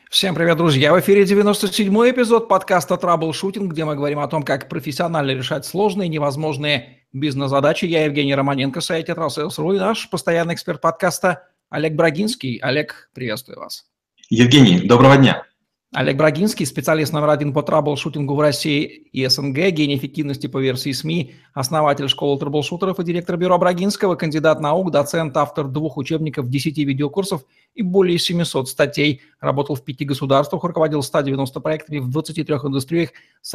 Всем привет, друзья! В эфире 97-й эпизод подкаста «Траблшутинг», где мы говорим о том, как профессионально решать сложные, невозможные бизнес-задачи. Я Евгений Романенко, сайт «Тетрасейлс.ру», и наш постоянный эксперт подкаста Олег Брагинский. Олег, приветствую вас. Евгений, доброго дня. Олег Брагинский, специалист номер один по траблшутингу в России и СНГ, гений эффективности по версии СМИ, основатель школы траблшутеров и директор бюро Брагинского, кандидат наук, доцент, автор 2 учебников, 10 видеокурсов и более 700 статей. Работал в 5 государствах, руководил 190 проектами в 23 индустриях,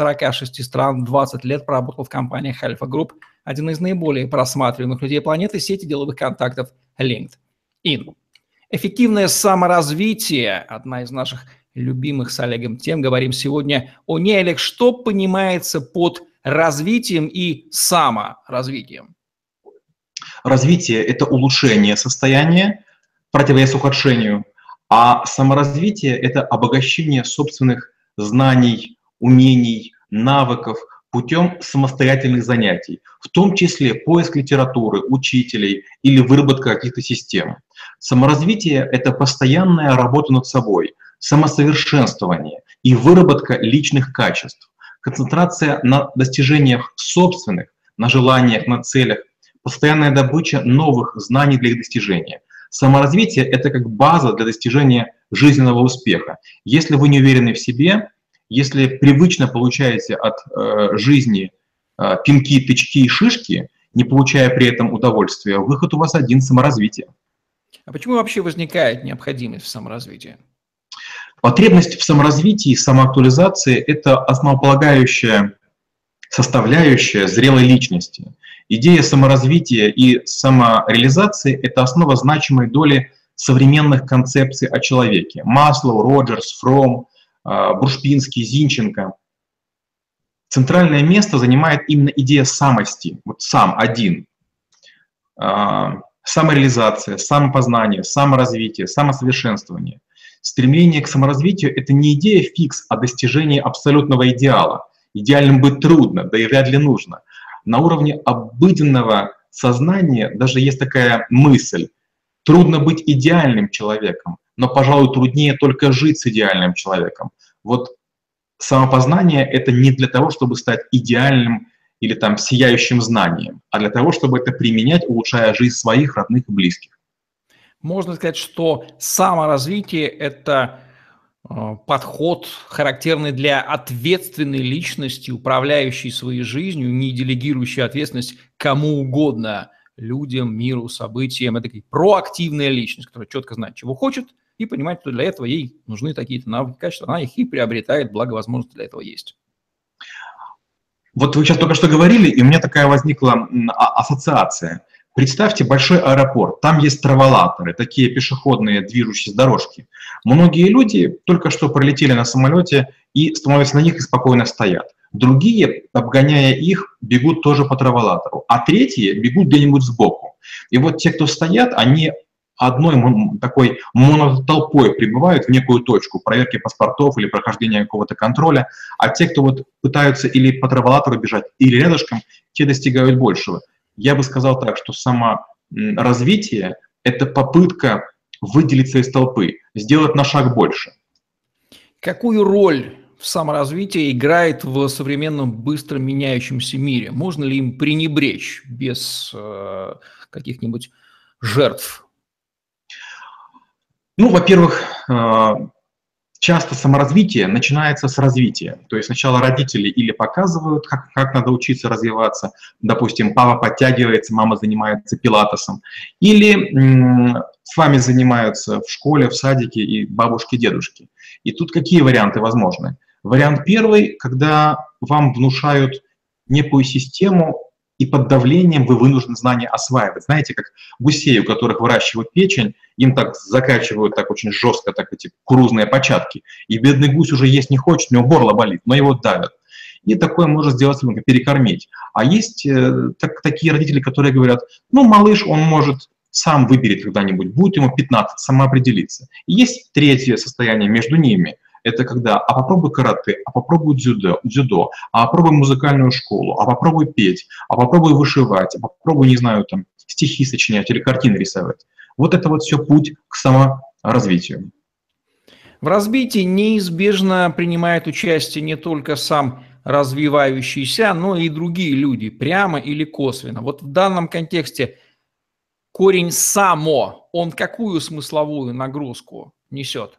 46 стран, 20 лет проработал в компаниях Альфа Групп, один из наиболее просматриваемых людей планеты, сети деловых контактов LinkedIn. Эффективное саморазвитие – одна из наших любимых с Олегом тем. Говорим сегодня о ней. Олег, что понимается под развитием и саморазвитием? Развитие – это улучшение состояния, противовес ухудшению, а саморазвитие – это обогащение собственных знаний, умений, навыков путем самостоятельных занятий, в том числе поиск литературы, учителей или выработка каких-то систем. Саморазвитие – это постоянная работа над собой, самосовершенствование и выработка личных качеств, концентрация на достижениях собственных, на желаниях, на целях, постоянная добыча новых знаний для их достижения. Саморазвитие – это как база для достижения жизненного успеха. Если вы не уверены в себе, если привычно получаете от жизни пинки, тычки и шишки, не получая при этом удовольствия, выход у вас один – саморазвитие. А почему вообще возникает необходимость в саморазвитии? Потребность в саморазвитии и самоактуализации – это основополагающая составляющая зрелой личности. Идея саморазвития и самореализации – это основа значимой доли современных концепций о человеке. Маслоу, Роджерс, Фром, Брушпинский, Зинченко. Центральное место занимает именно идея самости, вот сам, один. Самореализация, самопознание, саморазвитие, самосовершенствование. Стремление к саморазвитию – это не идея фикс о достижении абсолютного идеала. Идеальным быть трудно, да и вряд ли нужно. На уровне обыденного сознания даже есть такая мысль. Трудно быть идеальным человеком, но, пожалуй, труднее только жить с идеальным человеком. Вот самопознание – это не для того, чтобы стать идеальным или там сияющим знанием, а для того, чтобы это применять, улучшая жизнь своих родных и близких. Можно сказать, что саморазвитие – это подход, характерный для ответственной личности, управляющей своей жизнью, не делегирующей ответственность кому угодно, людям, миру, событиям. Это такая проактивная личность, которая четко знает, чего хочет, и понимает, что для этого ей нужны такие-то навыки, качества. Она их и приобретает, благо возможности для этого есть. Вот вы сейчас только что говорили, и у меня такая возникла ассоциация. Представьте большой аэропорт, там есть траволаторы, такие пешеходные движущиеся дорожки. Многие люди только что пролетели на самолете и становятся на них и спокойно стоят. Другие, обгоняя их, бегут тоже по траволатору, а третьи бегут где-нибудь сбоку. И вот те, кто стоят, они одной такой монотолпой прибывают в некую точку проверки паспортов или прохождения какого-то контроля, а те, кто вот пытаются или по траволатору бежать, или рядышком, те достигают большего. Я бы сказал так, что саморазвитие – это попытка выделиться из толпы, сделать на шаг больше. Какую роль в саморазвитии играет в современном быстро меняющемся мире? Можно ли им пренебречь без каких-нибудь жертв? Ну, во-первых, часто саморазвитие начинается с развития. То есть сначала родители или показывают, как надо учиться развиваться. Допустим, папа подтягивается, мама занимается пилатесом. Или с вами занимаются в школе, в садике и бабушки, дедушки. И тут какие варианты возможны? Вариант первый, когда вам внушают некую систему, и под давлением вы вынуждены знания осваивать. Знаете, как гусей, у которых выращивают печень, им так закачивают так очень жестко так эти кукурузные початки. И бедный гусь уже есть не хочет, у него горло болит, но его давят. И такое может сделать ребенка, перекормить. А есть такие родители, которые говорят, ну, малыш, он может сам выберет когда-нибудь, будет ему 15, самоопределиться. И есть третье состояние между ними. Это когда, а попробуй карате, а попробуй дзюдо, а попробуй музыкальную школу, а попробуй петь, а попробуй вышивать, а попробуй, не знаю, там, стихи сочинять или картины рисовать. Вот это вот все путь к саморазвитию. В разбитии неизбежно принимает участие не только сам развивающийся, но и другие люди, прямо или косвенно. Вот в данном контексте корень «само», он какую смысловую нагрузку несет?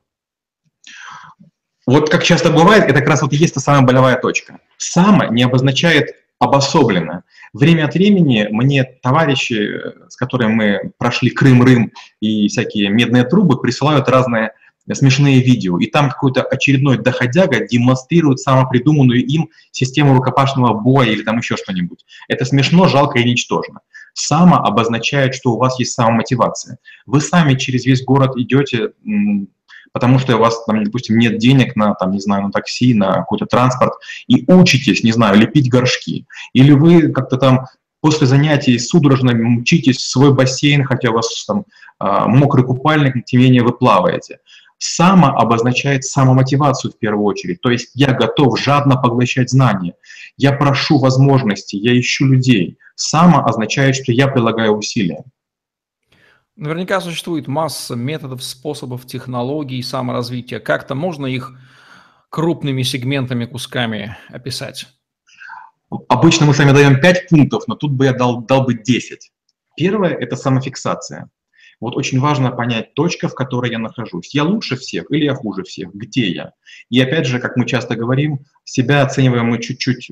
Вот как часто бывает, это как раз вот и есть та самая болевая точка. «Само» не обозначает обособленно. Время от времени мне товарищи, с которыми мы прошли Крым-Рым и всякие медные трубы, присылают разные смешные видео. И там какой-то очередной доходяга демонстрирует самопридуманную им систему рукопашного боя или там еще что-нибудь. Это смешно, жалко и ничтожно. «Само» обозначает, что у вас есть самомотивация. Вы сами через весь город идете, потому что у вас, там, допустим, нет денег на, там, не знаю, на такси, на какой-то транспорт, и учитесь, не знаю, лепить горшки. Или вы как-то там после занятий судорожно мчитесь в свой бассейн, хотя у вас там мокрый купальник, тем не менее вы плаваете. «Само» обозначает самомотивацию в первую очередь. То есть я готов жадно поглощать знания, я прошу возможностей, я ищу людей. «Само» означает, что я прилагаю усилия. Наверняка существует масса методов, способов, технологий саморазвития. Как-то можно их крупными сегментами, кусками описать? Обычно мы с вами даем 5 пунктов, но тут бы я дал бы 10. Первое – это самофиксация. Вот очень важно понять точка, в которой я нахожусь. Я лучше всех или я хуже всех? Где я? И опять же, как мы часто говорим, себя оцениваем мы чуть-чуть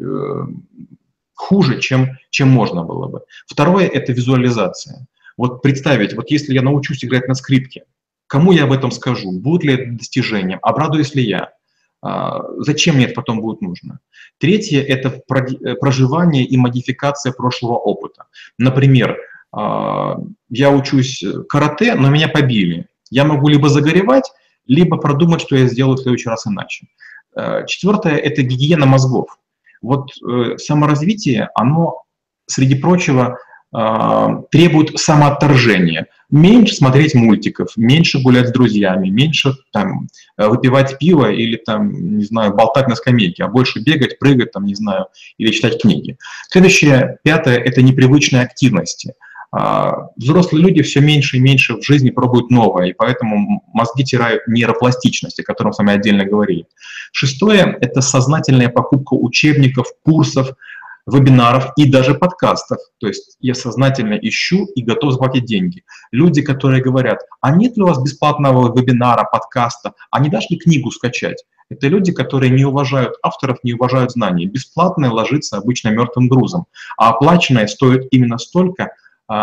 хуже, чем можно было бы. Второе – это визуализация. Вот представить, вот если я научусь играть на скрипке, кому я об этом скажу? Будет ли это достижением? Обрадуюсь ли я? Зачем мне это потом будет нужно? Третье – это проживание и модификация прошлого опыта. Например, я учусь карате, но меня побили. Я могу либо загоревать, либо продумать, что я сделаю в следующий раз иначе. Четвертое – это гигиена мозгов. Вот саморазвитие, оно, среди прочего, требует самоотторжения. Меньше смотреть мультиков, меньше гулять с друзьями, меньше там, выпивать пиво или там, не знаю, болтать на скамейке, а больше бегать, прыгать, там, не знаю, или читать книги. Следующее, пятое, это непривычные активности. Взрослые люди все меньше и меньше в жизни пробуют новое, и поэтому мозги теряют нейропластичность, о котором с вами отдельно говорили. Шестое – это сознательная покупка учебников, курсов, вебинаров и даже подкастов. То есть я сознательно ищу и готов заплатить деньги. Люди, которые говорят, а нет ли у вас бесплатного вебинара, подкаста, а не дашь ли книгу скачать? Это люди, которые не уважают авторов, не уважают знаний. Бесплатное ложится обычно мертвым грузом, а оплаченное стоит именно столько,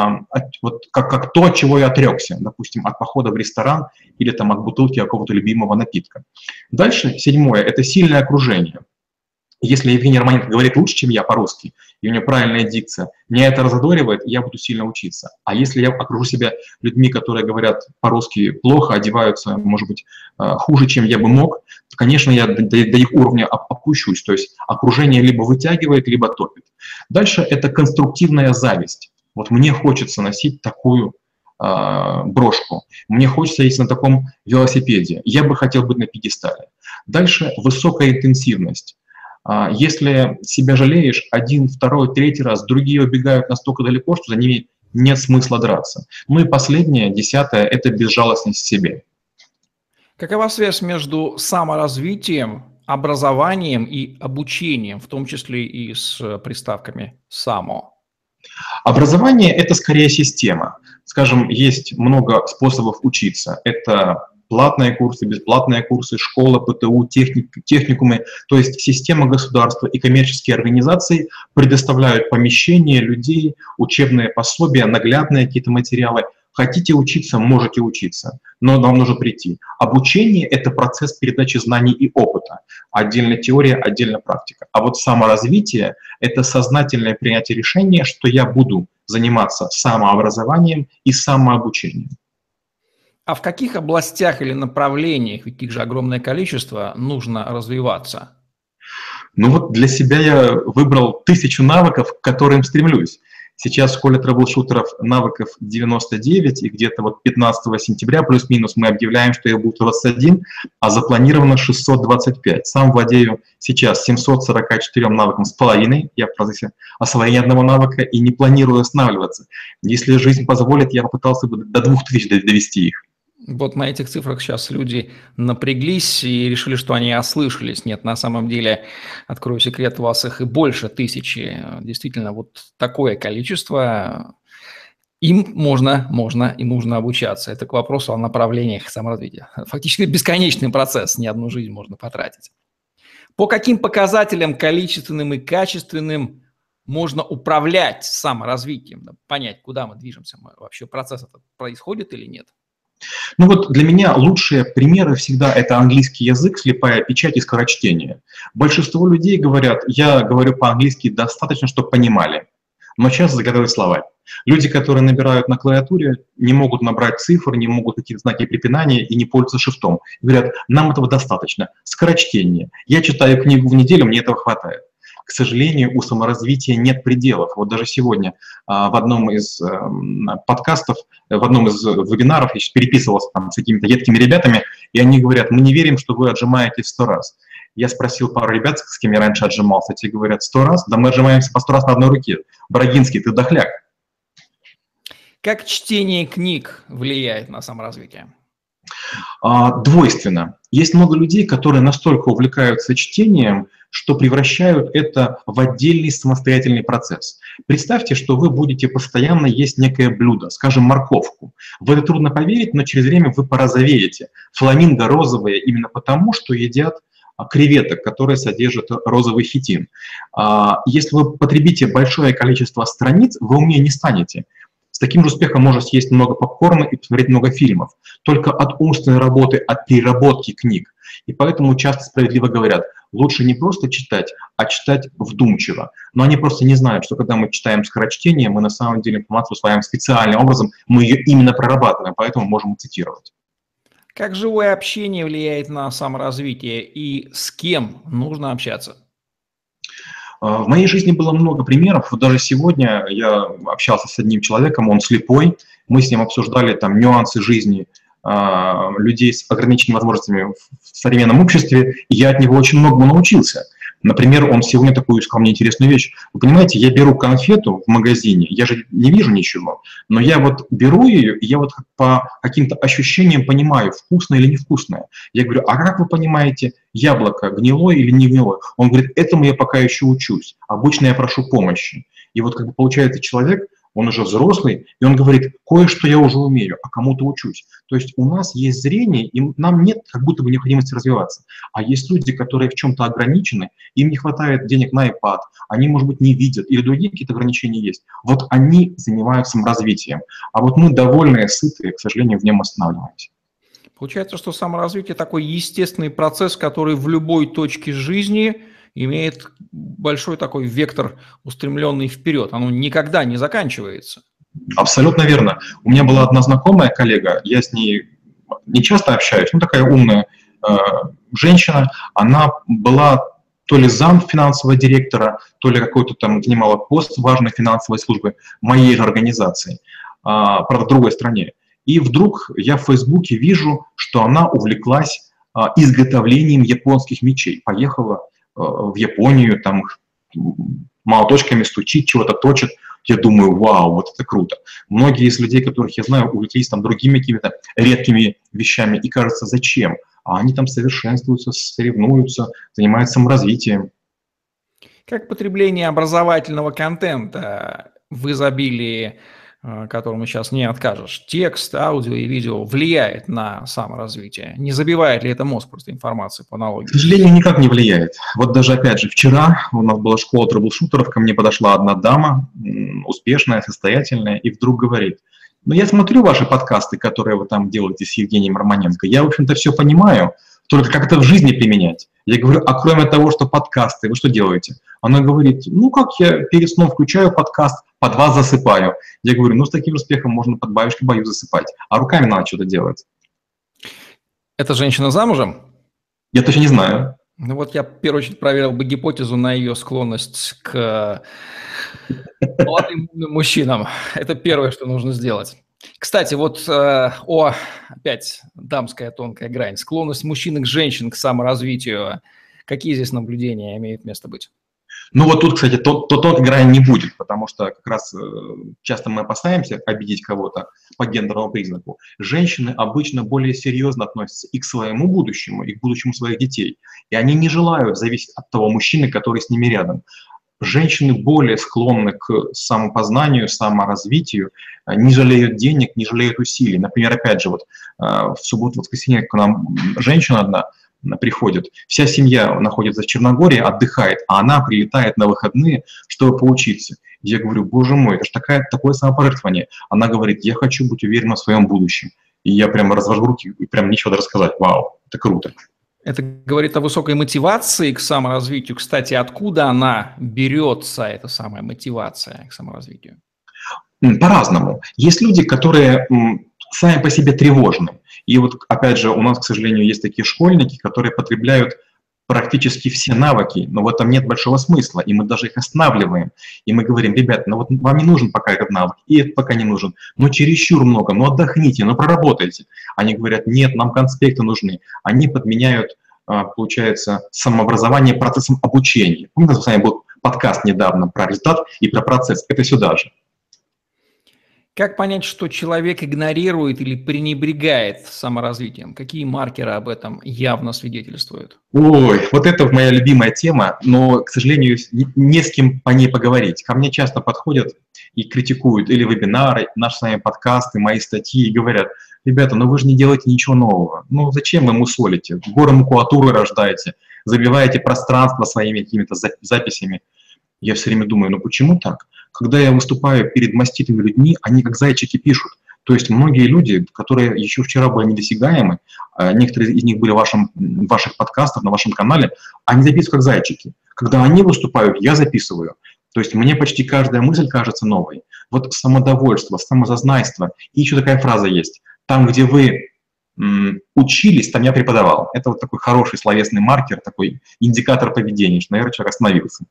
вот как то, от чего я отрекся, допустим, от похода в ресторан или там, от бутылки какого-то любимого напитка. Дальше, седьмое, это сильное окружение. Если Евгений Романенко говорит лучше, чем я по-русски, и у него правильная дикция, меня это разодоривает, и я буду сильно учиться. А если я окружу себя людьми, которые говорят по-русски плохо, одеваются, может быть, хуже, чем я бы мог, то, конечно, я до их уровня опущусь. То есть окружение либо вытягивает, либо топит. Дальше это конструктивная зависть. Вот мне хочется носить такую брошку, мне хочется ездить на таком велосипеде, я бы хотел быть на пьедестале. Дальше высокая интенсивность. Если себя жалеешь один, второй, третий раз, другие убегают настолько далеко, что за ними нет смысла драться. Ну и последнее, десятое, это безжалостность к себе. Какова связь между саморазвитием, образованием и обучением, в том числе и с приставками «само»? Образование – это скорее система. Скажем, есть много способов учиться. Это платные курсы, бесплатные курсы, школа, ПТУ, техникумы. То есть система государства и коммерческие организации предоставляют помещения, людей, учебные пособия, наглядные какие-то материалы. Хотите учиться, можете учиться, но вам нужно прийти. Обучение – это процесс передачи знаний и опыта. Отдельно теория, отдельно практика. А вот саморазвитие – это сознательное принятие решения, что я буду заниматься самообразованием и самообучением. А в каких областях или направлениях, ведь их же огромное количество, нужно развиваться? Ну вот для себя я выбрал 1000 навыков, к которым стремлюсь. Сейчас в школе трэблшутеров навыков 99, и где-то вот 15 сентября плюс-минус мы объявляем, что их будет 21, а запланировано 625. Сам владею сейчас 744 навыком с половиной, я в процессе освоения одного навыка и не планирую останавливаться. Если жизнь позволит, я попытался бы до 2000 довести их. Вот на этих цифрах сейчас люди напряглись и решили, что они ослышались. Нет, на самом деле, открою секрет, у вас их и больше тысячи. Действительно, вот такое количество. Им можно и нужно обучаться. Это к вопросу о направлениях саморазвития. Фактически бесконечный процесс, не одну жизнь можно потратить. По каким показателям количественным и качественным можно управлять саморазвитием, понять, куда мы движемся, вообще процесс этот происходит или нет? Ну вот для меня лучшие примеры всегда это английский язык, слепая печать и скорочтение. Большинство людей говорят, я говорю по-английски достаточно, чтобы понимали, но часто загадывают слова. Люди, которые набирают на клавиатуре, не могут набрать цифр, не могут какие-то знаки препинания и не пользуются шрифтом. Говорят, нам этого достаточно. Скорочтение. Я читаю книгу в неделю, мне этого хватает. К сожалению, у саморазвития нет пределов. Вот даже сегодня в одном из подкастов, в одном из вебинаров я сейчас переписывался там с какими-то едкими ребятами, и они говорят, мы не верим, что вы отжимаетесь 100 раз. Я спросил пару ребят, с кем я раньше отжимался, те говорят, 100 раз? Да мы отжимаемся по 100 раз на одной руке. Брагинский, ты дохляк. Как чтение книг влияет на саморазвитие? Двойственно. Есть много людей, которые настолько увлекаются чтением, что превращают это в отдельный самостоятельный процесс. Представьте, что вы будете постоянно есть некое блюдо, скажем, морковку. В это трудно поверить, но через время вы порозовеете. Фламинго розовые именно потому, что едят креветок, которые содержат розовый хитин. Если вы потребите большое количество страниц, вы умнее не станете. С таким же успехом можно съесть много попкорна и посмотреть много фильмов. Только от умственной работы, от переработки книг. И поэтому часто справедливо говорят, лучше не просто читать, а читать вдумчиво. Но они просто не знают, что когда мы читаем скорочтение, мы на самом деле информацию усваиваем специальным образом, мы ее именно прорабатываем, поэтому можем цитировать. Как живое общение влияет на саморазвитие и с кем нужно общаться? В моей жизни было много примеров. Вот даже сегодня я общался с одним человеком, он слепой. Мы с ним обсуждали там нюансы жизни людей с ограниченными возможностями в современном обществе, и я от него очень многому научился. Например, он сегодня такую сказал мне интересную вещь. Вы понимаете, я беру конфету в магазине, я же не вижу ничего, но я вот беру ее, и я вот по каким-то ощущениям понимаю, вкусное или невкусное. Я говорю, а как вы понимаете, яблоко гнилое или не гнилое? Он говорит, этому я пока еще учусь, обычно я прошу помощи. И вот как бы получается человек, он уже взрослый, и он говорит, кое-что я уже умею, а кому-то учусь. То есть у нас есть зрение, и нам нет как будто бы необходимости развиваться. А есть люди, которые в чем-то ограничены, им не хватает денег на iPad, они, может быть, не видят, или другие какие-то ограничения есть. Вот они занимаются саморазвитием. А вот мы довольные, сытые, к сожалению, в нем останавливаемся. Получается, что саморазвитие такой естественный процесс, который в любой точке жизни имеет большой такой вектор, устремленный вперед. Оно никогда не заканчивается. Абсолютно верно. У меня была одна знакомая коллега, я с ней не часто общаюсь, ну такая умная женщина, она была то ли зам финансового директора, то ли какой-то там занимала пост важной финансовой службы моей же организации, правда, в другой стране. И вдруг я в Фейсбуке вижу, что она увлеклась изготовлением японских мечей. Поехала в Японию, там молоточками стучит, чего-то точит. Я думаю, вау, вот это круто. Многие из людей, которых я знаю, увлеклись там другими какими-то редкими вещами. И кажется, зачем? А они там совершенствуются, соревнуются, занимаются саморазвитием. Как потребление образовательного контента в изобилии, которому сейчас не откажешь, текст, аудио и видео, влияет на саморазвитие? Не забивает ли это мозг просто информацией по аналогии? К сожалению, никак не влияет. Вот даже, опять же, вчера у нас была школа трэблшутеров, ко мне подошла одна дама, успешная, состоятельная, и вдруг говорит, ну, я смотрю ваши подкасты, которые вы там делаете с Евгением Романенко, я, в общем-то, все понимаю, только как это в жизни применять? Я говорю, а кроме того, что подкасты, вы что делаете? Она говорит, ну, как я перед сном включаю подкаст, под вас засыпаю. Я говорю, ну, с таким успехом можно под баюшки бою засыпать, а руками надо что-то делать. Эта женщина замужем? Я точно не знаю. Ну вот я, в первую очередь, проверил бы гипотезу на ее склонность к молодым мужчинам. Это первое, что нужно сделать. Кстати, вот опять дамская тонкая грань. Склонность мужчин и женщин к саморазвитию. Какие здесь наблюдения имеют место быть? Ну вот тут, кстати, тонкой грани не будет, потому что как раз часто мы опасаемся обидеть кого-то по гендерному признаку. Женщины обычно более серьезно относятся и к своему будущему, и к будущему своих детей. И они не желают зависеть от того мужчины, который с ними рядом. Женщины более склонны к самопознанию, саморазвитию, не жалеют денег, не жалеют усилий. Например, опять же, вот в субботу, воскресенье к нам женщина одна приходит, вся семья находится в Черногории, отдыхает, а она прилетает на выходные, чтобы поучиться. Я говорю, боже мой, это же такое самопожертвование. Она говорит, я хочу быть уверена в своем будущем. И я прямо развожу руки и прям нечего рассказать. Вау, это круто. Это говорит о высокой мотивации к саморазвитию. Кстати, откуда она берется, эта самая мотивация к саморазвитию? По-разному. Есть люди, которые сами по себе тревожны. И вот, опять же, у нас, к сожалению, есть такие школьники, которые потребляют практически все навыки, но в этом нет большого смысла, и мы даже их останавливаем. И мы говорим, ребята, ну вот вам не нужен пока этот навык, и это пока не нужен, но чересчур много, ну отдохните, ну проработайте. Они говорят, нет, нам конспекты нужны. Они подменяют, получается, самообразование процессом обучения. Помните, у нас с вами был подкаст недавно про результат и про процесс, это сюда же. Как понять, что человек игнорирует или пренебрегает саморазвитием? Какие маркеры об этом явно свидетельствуют? Ой, вот это моя любимая тема, но, к сожалению, не с кем по ней поговорить. Ко мне часто подходят и критикуют или вебинары, наши с вами подкасты, мои статьи, и говорят, ребята, ну вы же не делаете ничего нового. Ну зачем вы мусолите? Горы макулатуры рождаете, забиваете пространство своими какими-то записями. Я все время думаю, ну почему так? Когда я выступаю перед маститыми людьми, они как зайчики пишут. То есть многие люди, которые еще вчера были недосягаемы, некоторые из них были в ваших подкастах, на вашем канале, они записывают как зайчики. Когда они выступают, я записываю. То есть мне почти каждая мысль кажется новой. Вот самодовольство, самозазнайство. И еще такая фраза есть. Там, где вы учились, там я преподавал. Это вот такой хороший словесный маркер, такой индикатор поведения, что, наверное, человек остановился.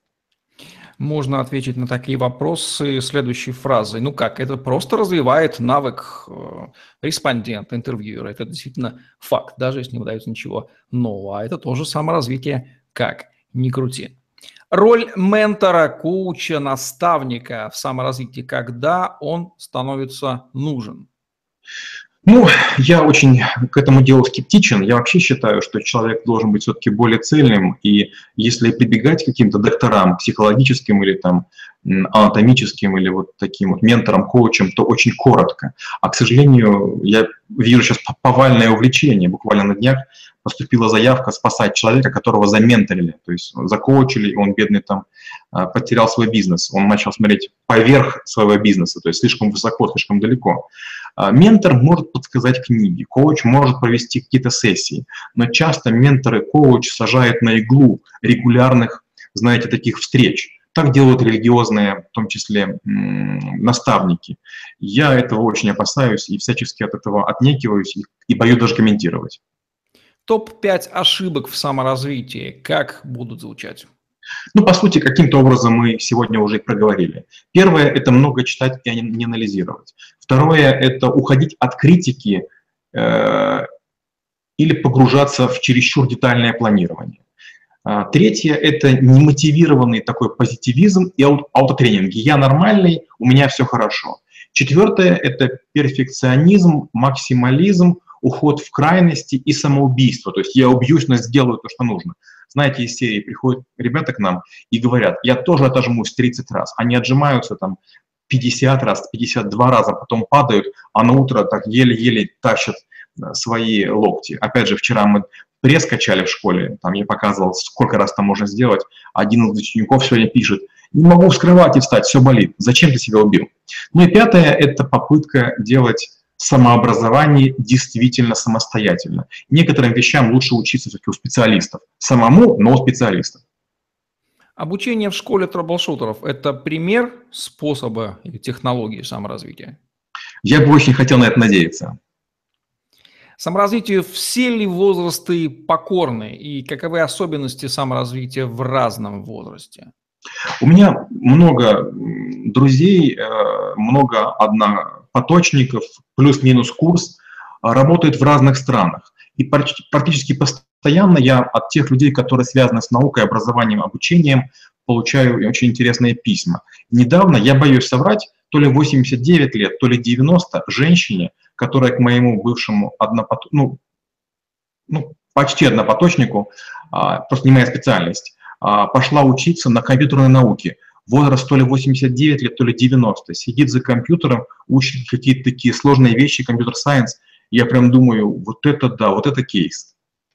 Можно ответить на такие вопросы следующей фразой. Ну как, это просто развивает навык респондента, интервьюера. Это действительно факт, даже если не выдается ничего нового. А это тоже саморазвитие, как ни крути. Роль ментора, коуча, наставника в саморазвитии, когда он становится нужен? Ну, я очень к этому делу скептичен. Я вообще считаю, что человек должен быть все-таки более цельным. И если прибегать к каким-то докторам психологическим или там анатомическим, или вот таким вот ментором, коучем, то очень коротко. А, к сожалению, я вижу сейчас повальное увлечение. Буквально на днях поступила заявка спасать человека, которого заменторили, то есть закоучили, и он, бедный, там потерял свой бизнес. Он начал смотреть поверх своего бизнеса, то есть слишком высоко, слишком далеко. Ментор может подсказать книги, коуч может провести какие-то сессии, но часто ментор и коуч сажают на иглу регулярных, знаете, таких встреч. Так делают религиозные, в том числе, наставники. Я этого очень опасаюсь и всячески от этого отнекиваюсь и боюсь даже комментировать. Топ-5 ошибок в саморазвитии. Как будут звучать? Ну, по сути, каким-то образом мы сегодня уже их проговорили. Первое – это много читать и не анализировать. Второе – это уходить от критики или погружаться в чересчур детальное планирование. Третье – это немотивированный такой позитивизм и аутотренинги. Я нормальный, у меня все хорошо. Четвертое – это перфекционизм, максимализм, уход в крайности и самоубийство. То есть я убьюсь, но сделаю то, что нужно. Знаете, из серии приходят ребята к нам и говорят, я тоже отожмусь 30 раз. Они отжимаются там 50 раз, 52 раза, потом падают, а на утро так еле-еле тащат свои локти. Опять же, вчера мы пресс качали в школе, там я показывал, сколько раз там можно сделать. Один из учеников сегодня пишет, не могу с кровати встать, все болит. Зачем ты себя убил? Ну и пятое – это попытка делать самообразование действительно самостоятельно. Некоторым вещам лучше учиться все-таки у специалистов. Самому, но у специалистов. Обучение в школе трэблшутеров – это пример способа или технологии саморазвития? Я бы очень хотел на это надеяться. Саморазвитию все ли возрасты покорны? И каковы особенности саморазвития в разном возрасте? У меня много друзей, много однопоточников, плюс-минус курс, работают в разных странах. И практически постоянно я от тех людей, которые связаны с наукой, образованием, обучением, получаю очень интересные письма. Недавно, я боюсь соврать, то ли 89 лет, то ли 90, женщине, которая к моему бывшему почти однопоточнику, просто не моя специальность, пошла учиться на компьютерной науке. Возраст то ли 89 лет, то ли 90. Сидит за компьютером, учит какие-то такие сложные вещи, компьютер-сайенс. Я прям думаю, вот это да, вот это кейс.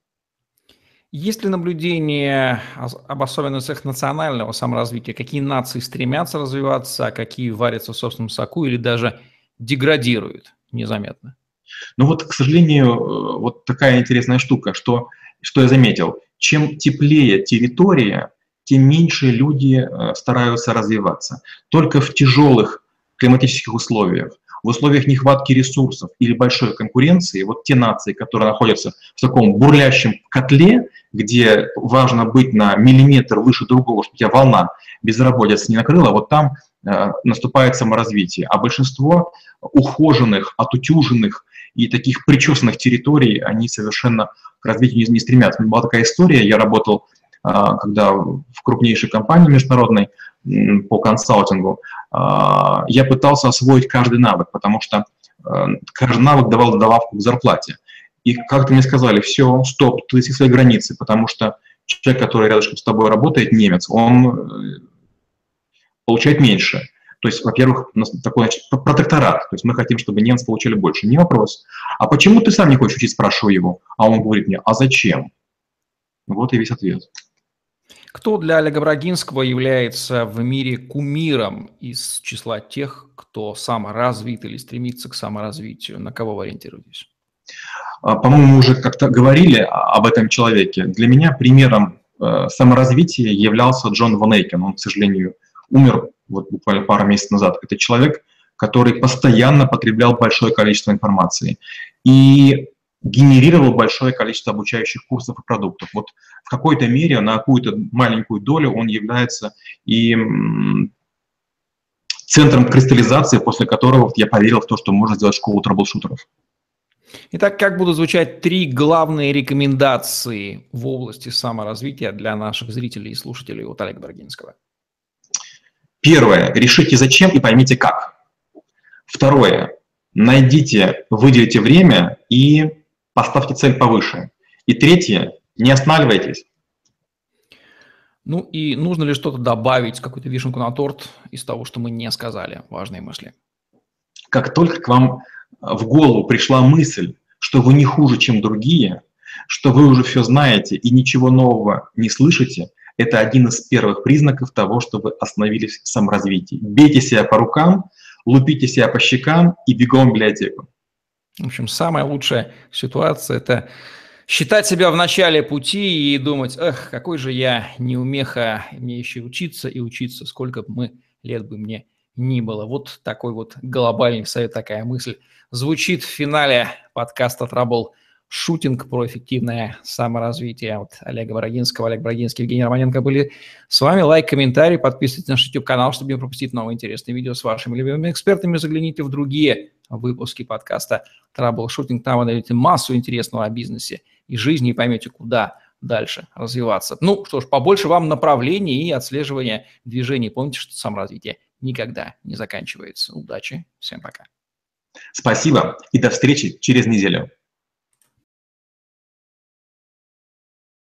Есть ли наблюдение об особенностях национального саморазвития? Какие нации стремятся развиваться, а какие варятся в собственном соку или даже деградируют незаметно? Ну вот, к сожалению, вот такая интересная штука, что я заметил. Чем теплее территория, тем меньше люди стараются развиваться. Только в тяжелых климатических условиях, в условиях нехватки ресурсов или большой конкуренции, вот те нации, которые находятся в таком бурлящем котле, где важно быть на миллиметр выше другого, чтобы тебя волна безработицы не накрыла, вот там наступает саморазвитие. А большинство ухоженных, отутюженных и таких причесанных территорий, они совершенно к развитию не стремятся. У меня была такая история, я работал когда в крупнейшей компании международной по консалтингу, я пытался освоить каждый навык, потому что каждый навык давал добавку к зарплате. И как-то мне сказали, все, стоп, ты свои границы, потому что человек, который рядышком с тобой работает, немец, он получает меньше. То есть, во-первых, у нас такой протекторат, то есть мы хотим, чтобы немцы получали больше. Не вопрос. А почему ты сам не хочешь учить, спрашиваю его. А он говорит мне, а зачем? Вот и весь ответ. Кто для Олега Брагинского является в мире кумиром из числа тех, кто саморазвит или стремится к саморазвитию? На кого вы ориентируетесь? По-моему, мы уже как-то говорили об этом человеке. Для меня примером саморазвития являлся Джон Ван Эйкен. Он, к сожалению, умер вот буквально пару месяцев назад. Это человек, который постоянно потреблял большое количество информации и генерировал большое количество обучающих курсов и продуктов. Вот в какой-то мере, на какую-то маленькую долю он является и центром кристаллизации, после которого я поверил в то, что можно сделать школу трэблшутеров. Итак, как будут звучать 3 главные рекомендации в области саморазвития для наших зрителей и слушателей от Олега Брагинского? Первое. Решите зачем и поймите как. Второе. Найдите, выделите время и поставьте цель повыше. И третье. Не останавливайтесь. Ну и нужно ли что-то добавить, какую-то вишенку на торт из того, что мы не сказали? Важные мысли. Как только к вам в голову пришла мысль, что вы не хуже, чем другие, что вы уже все знаете и ничего нового не слышите, это один из первых признаков того, что вы остановились в саморазвитии. Бейте себя по рукам, лупите себя по щекам и бегом в библиотеку. В общем, самая лучшая ситуация – это считать себя в начале пути и думать, эх, какой же я неумеха, мне еще учиться и учиться, сколько бы лет бы мне ни было. Вот такой вот глобальный совет, такая мысль звучит в финале подкаста «Траблшутинг» про эффективное саморазвитие от Олега Брагинского. Олег Брагинский, Евгений Романенко были с вами. Лайк, комментарий, подписывайтесь на наш YouTube-канал, чтобы не пропустить новые интересные видео с вашими любимыми экспертами. Загляните в другие выпуски подкаста «Траблшутинг». Там вы найдете массу интересного о бизнесе и жизни и поймете, куда дальше развиваться. Ну что ж, побольше вам направлений и отслеживания движений. Помните, что саморазвитие никогда не заканчивается. Удачи, всем пока. Спасибо и до встречи через неделю.